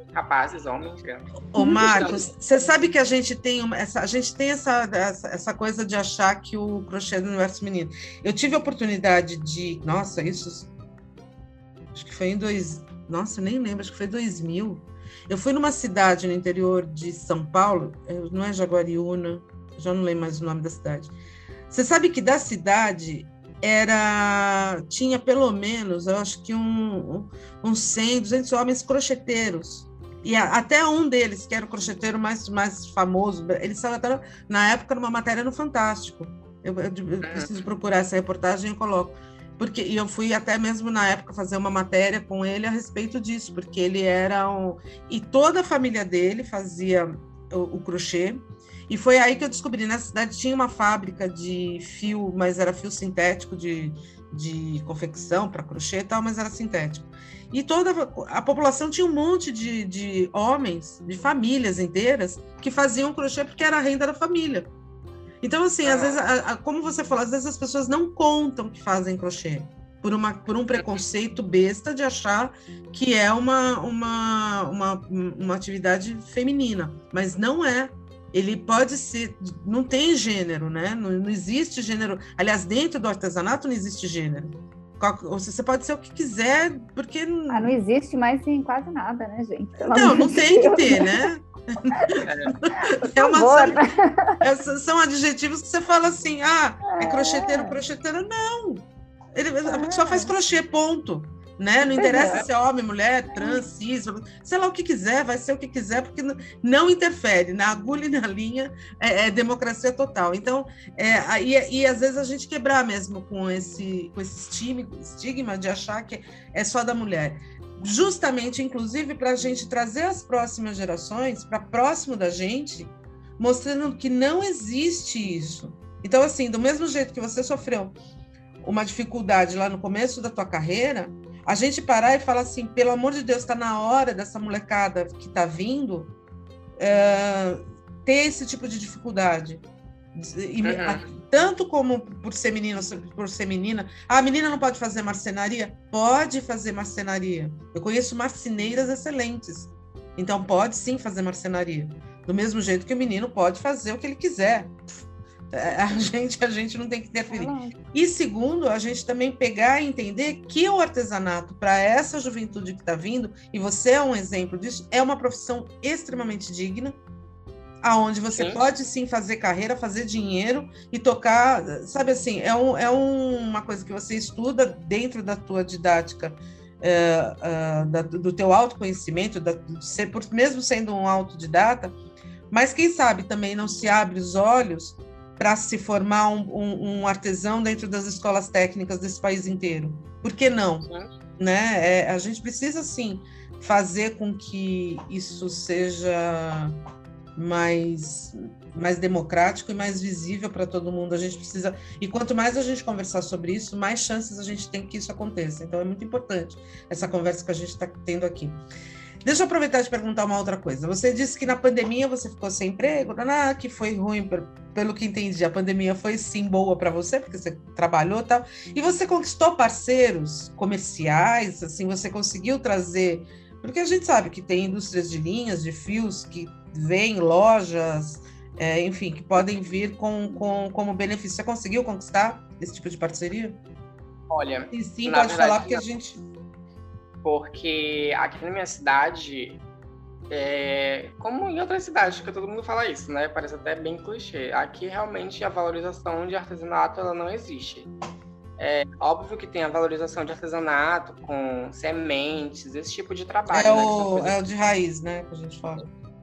C: rapazes, homens.
B: Ô, Marcos, você sabe que a gente tem essa coisa de achar que o crochê é do universo feminino. Eu tive a oportunidade de... Nossa, isso... Acho que foi Nossa, nem lembro, acho que foi 2000. Eu fui numa cidade no interior de São Paulo, não é Jaguariúna, já não lembro mais o nome da cidade. Você sabe que da cidade tinha pelo menos, eu acho que uns 100, 200 homens crocheteiros. E até um deles, que era o crocheteiro mais famoso, ele saiu até na época numa matéria no Fantástico. Eu preciso procurar essa reportagem e eu coloco. E eu fui até mesmo na época fazer uma matéria com ele a respeito disso, porque ele era e toda a família dele fazia o crochê, e foi aí que eu descobri, nessa cidade tinha uma fábrica de fio, mas era fio sintético de confecção para crochê e tal, mas era sintético. E toda a população tinha um monte de homens, de famílias inteiras, que faziam crochê porque era a renda da família. Então, assim, às vezes, como você falou, às vezes as pessoas não contam que fazem crochê por um preconceito besta de achar que é uma atividade feminina, mas não é. Ele pode ser, não tem gênero, né? Não existe gênero. Aliás, dentro do artesanato não existe gênero. Você pode ser o que quiser, porque...
D: não existe mais em quase nada, né, gente?
B: Não tem que ter, né? São adjetivos que você fala assim, é crocheteiro, não. A pessoa faz crochê, ponto. Né? Não interessa se é homem, mulher, trans, cis, sei lá o que quiser, vai ser o que quiser, porque não interfere, na agulha e na linha é democracia total. Então, e às vezes a gente quebrar mesmo com esse estigma de achar que é só da mulher. Justamente, inclusive, para a gente trazer as próximas gerações para próximo da gente, mostrando que não existe isso. Então, assim, do mesmo jeito que você sofreu uma dificuldade lá no começo da tua carreira, a gente parar e falar assim, pelo amor de Deus, está na hora dessa molecada que está vindo ter esse tipo de dificuldade. Tanto como por ser menino, por ser menina. A menina não pode fazer marcenaria? Pode fazer marcenaria. Eu conheço marceneiras excelentes. Então, pode sim fazer marcenaria. Do mesmo jeito que o menino pode fazer o que ele quiser. A gente não tem que interferir. E segundo, a gente também pegar e entender que o artesanato, para essa juventude que está vindo, e você é um exemplo disso, é uma profissão extremamente digna, aonde você pode sim fazer carreira, fazer dinheiro e tocar, sabe assim, é uma coisa que você estuda dentro da tua didática, do teu autoconhecimento, mesmo sendo um autodidata, mas quem sabe também não se abre os olhos para se formar um artesão dentro das escolas técnicas desse país inteiro. Por que não? Né? A gente precisa, sim, fazer com que isso seja mais democrático e mais visível para todo mundo. A gente precisa... E quanto mais a gente conversar sobre isso, mais chances a gente tem que isso aconteça. Então, é muito importante essa conversa que a gente está tendo aqui. Deixa eu aproveitar de perguntar uma outra coisa. Você disse que na pandemia você ficou sem emprego, que foi ruim, pelo que entendi. A pandemia foi sim boa para você, porque você trabalhou e tal. E você conquistou parceiros comerciais, assim, você conseguiu trazer... Porque a gente sabe que tem indústrias de linhas, de fios, que vêm lojas, enfim, que podem vir como benefício. Você conseguiu conquistar esse tipo de parceria?
C: Olha...
B: E sim, pode verdade, falar, porque a gente...
C: Porque aqui na minha cidade, como em outras cidades, que todo mundo fala isso, né? Parece até bem clichê. Aqui, realmente, a valorização de artesanato, ela não existe. É óbvio que tem a valorização de artesanato com sementes, esse tipo de trabalho.
B: É o de raiz, né? Que a gente fala.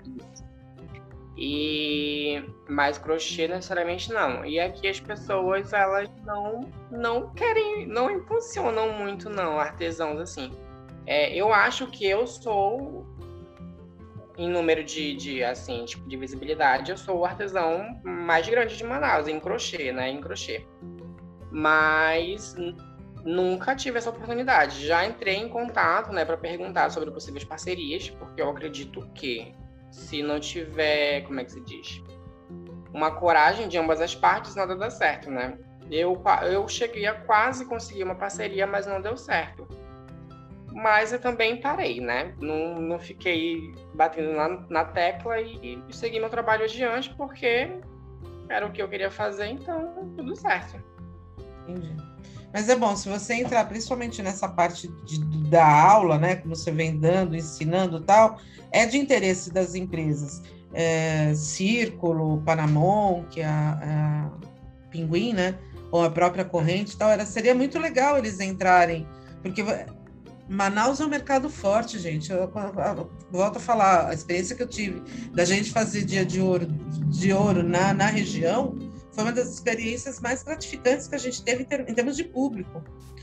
C: Mas crochê necessariamente não. E aqui as pessoas, elas não querem, não impulsionam muito, não, artesãos assim. Eu acho que eu sou, em número de visibilidade, eu sou o artesão mais grande de Manaus, em crochê, né? Em crochê. Mas nunca tive essa oportunidade. Já entrei em contato, né, para perguntar sobre possíveis parcerias, porque eu acredito que se não tiver, como é que se diz? Uma coragem de ambas as partes, nada dá certo, né? Eu cheguei a quase conseguir uma parceria, mas não deu certo. mas eu também parei, né? Não fiquei batendo na tecla e segui meu trabalho adiante, porque era o que eu queria fazer, então tudo certo.
B: Entendi. Mas é bom, se você entrar principalmente nessa parte da aula, né, como você vem dando, ensinando e tal, é de interesse das empresas. Círculo, Panamon, que é a Pinguim, né, ou a própria Corrente e tal, seria muito legal eles entrarem, porque Manaus é um mercado forte, gente. Eu volto a falar, a experiência que eu tive da gente fazer dia de ouro na região foi uma das experiências mais gratificantes que a gente teve em termos de público.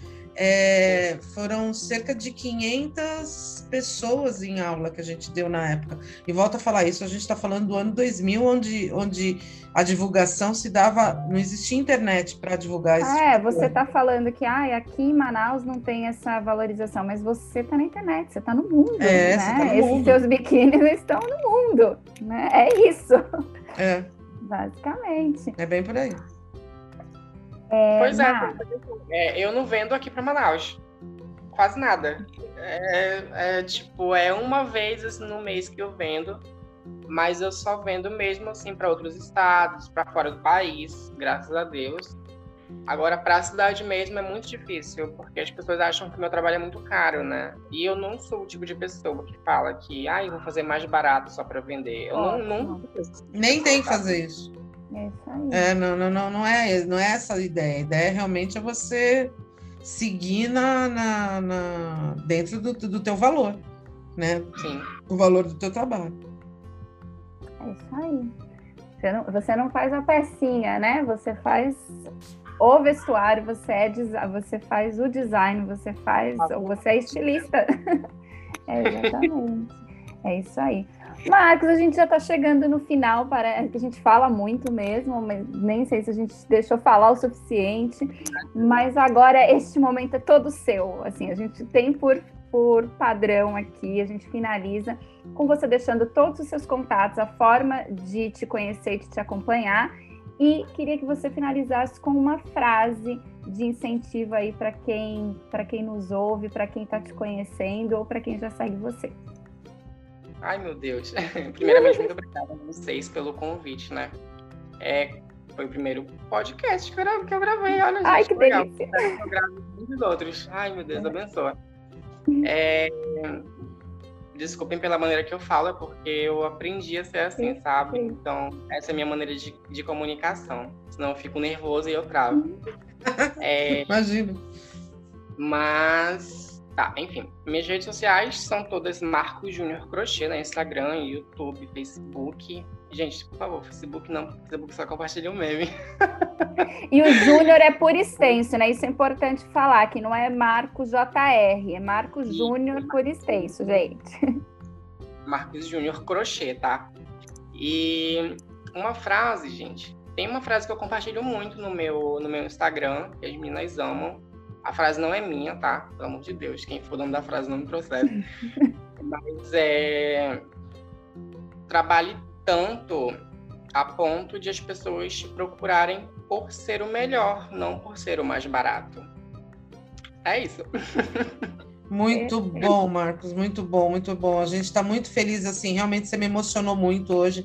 B: Foram cerca de 500 pessoas em aula que a gente deu na época. E volto a falar isso, a gente está falando do ano 2000, onde a divulgação se dava, não existia internet para divulgar isso.
D: Você está falando que aqui em Manaus não tem essa valorização, mas você está na internet, você está no mundo, né?
B: Você tá no
D: Esses
B: mundo.
D: seus biquínis estão no mundo, né? É isso. Basicamente.
B: É bem por aí.
C: Pois eu não vendo aqui para Manaus. Quase nada. É uma vez assim, no mês que eu vendo, mas eu só vendo mesmo assim para outros estados, para fora do país, graças a Deus. Agora, para a cidade mesmo é muito difícil, porque as pessoas acham que o meu trabalho é muito caro, né? E eu não sou o tipo de pessoa que fala que eu vou fazer mais barato só para vender. Eu não.
B: Nem tem que fazer isso.
D: É isso aí.
B: Não é essa a ideia. A ideia realmente é você seguir dentro do teu valor, né?
C: Sim.
B: O valor do teu trabalho.
D: É isso aí. Você não faz a pecinha, né? Você faz o vestuário, você faz o design, você é estilista. Exatamente. É isso aí. Marcos, a gente já está chegando no final, parece que a gente fala muito mesmo, mas nem sei se a gente deixou falar o suficiente, mas agora este momento é todo seu, assim, a gente tem por padrão aqui, a gente finaliza com você deixando todos os seus contatos, a forma de te conhecer e de te acompanhar, e queria que você finalizasse com uma frase de incentivo aí para quem nos ouve, para quem está te conhecendo ou para quem já segue você.
C: Ai, meu Deus. Primeiramente, muito obrigada a vocês pelo convite, né? Foi o primeiro podcast que eu gravei, olha, gente.
D: Ai, que
C: legal.
D: delícia.
C: Eu gravo muitos outros. Ai, meu Deus, abençoa. Desculpem pela maneira que eu falo, é porque eu aprendi a ser assim, sabe? Então, essa é a minha maneira de comunicação. Senão eu fico nervoso e eu travo.
B: Imagino.
C: Mas... Tá, enfim, minhas redes sociais são todas Marcos Júnior Crochê, né? Instagram, YouTube, Facebook. Gente, por favor, Facebook não, Facebook só compartilha o meme.
D: E o Júnior é por extenso, né? Isso é importante falar, que não é Marcos JR, é Marcos Júnior por extenso, gente.
C: Marcos Júnior Crochê, tá? E uma frase, gente, tem uma frase que eu compartilho muito no meu Instagram, que as meninas amam. A frase não é minha, tá? Pelo amor de Deus, quem for dono da frase não me processa. Mas trabalhe tanto a ponto de as pessoas te procurarem por ser o melhor, não por ser o mais barato. É isso.
B: Muito bom, Marcos, muito bom, muito bom. A gente está muito feliz, assim, realmente você me emocionou muito hoje.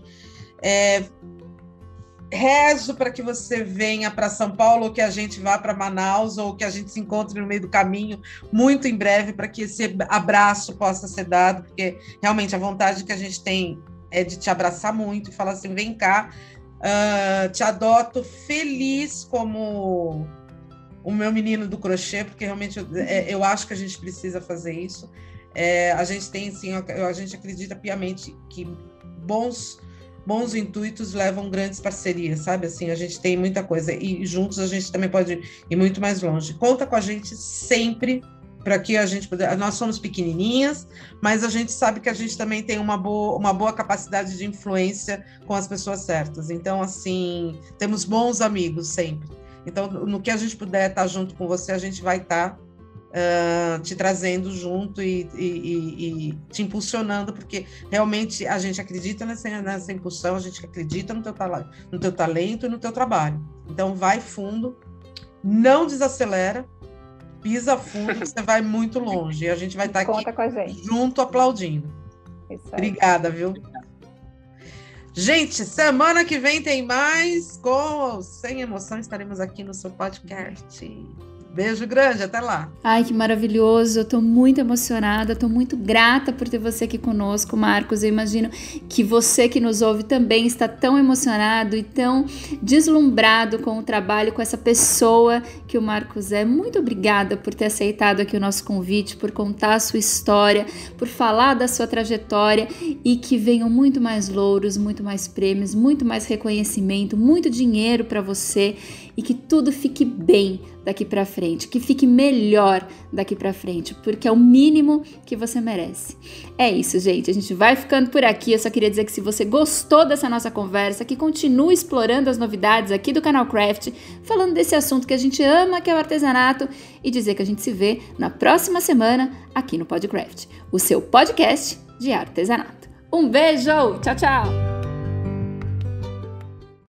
B: Rezo para que você venha para São Paulo, ou que a gente vá para Manaus, ou que a gente se encontre no meio do caminho muito em breve, para que esse abraço possa ser dado, porque realmente a vontade que a gente tem é de te abraçar muito e falar assim, vem cá, te adoto feliz como o meu menino do crochê, porque realmente eu acho que a gente precisa fazer isso. A gente tem, sim, a gente acredita piamente que bons intuitos levam grandes parcerias, sabe? Assim, a gente tem muita coisa e juntos a gente também pode ir muito mais longe. Conta com a gente sempre para que a gente puder. Nós somos pequenininhas, mas a gente sabe que a gente também tem uma boa capacidade de influência com as pessoas certas. Então, assim, temos bons amigos sempre. Então, no que a gente puder estar junto com você, a gente vai estar te trazendo junto e te impulsionando, porque realmente a gente acredita nessa impulsão, a gente acredita no teu talento e no teu trabalho. Então, vai fundo, não desacelera, Pisa fundo, que você vai muito longe. E a gente vai estar aqui
D: Conta com a gente.
B: junto aplaudindo.
D: Isso aí.
B: Obrigada, viu? Gente, semana que vem tem mais. Com ou sem emoção, estaremos aqui no seu podcast. Beijo grande, até lá.
A: Ai, que maravilhoso, eu tô muito emocionada, tô muito grata por ter você aqui conosco, Marcos. Eu imagino que você que nos ouve também está tão emocionado e tão deslumbrado com o trabalho, com essa pessoa que o Marcos é. Muito obrigada por ter aceitado aqui o nosso convite, por contar a sua história, por falar da sua trajetória e que venham muito mais louros, muito mais prêmios, muito mais reconhecimento, muito dinheiro para você e que tudo fique bem daqui para frente, que fique melhor daqui para frente, porque é o mínimo que você merece. É isso, gente, a gente vai ficando por aqui. Eu só queria dizer que se você gostou dessa nossa conversa, que continue explorando as novidades aqui do Canal Craft, falando desse assunto que a gente ama, que é o artesanato, e dizer que a gente se vê na próxima semana aqui no PodCraft, o seu podcast de artesanato. Um beijo, tchau, tchau!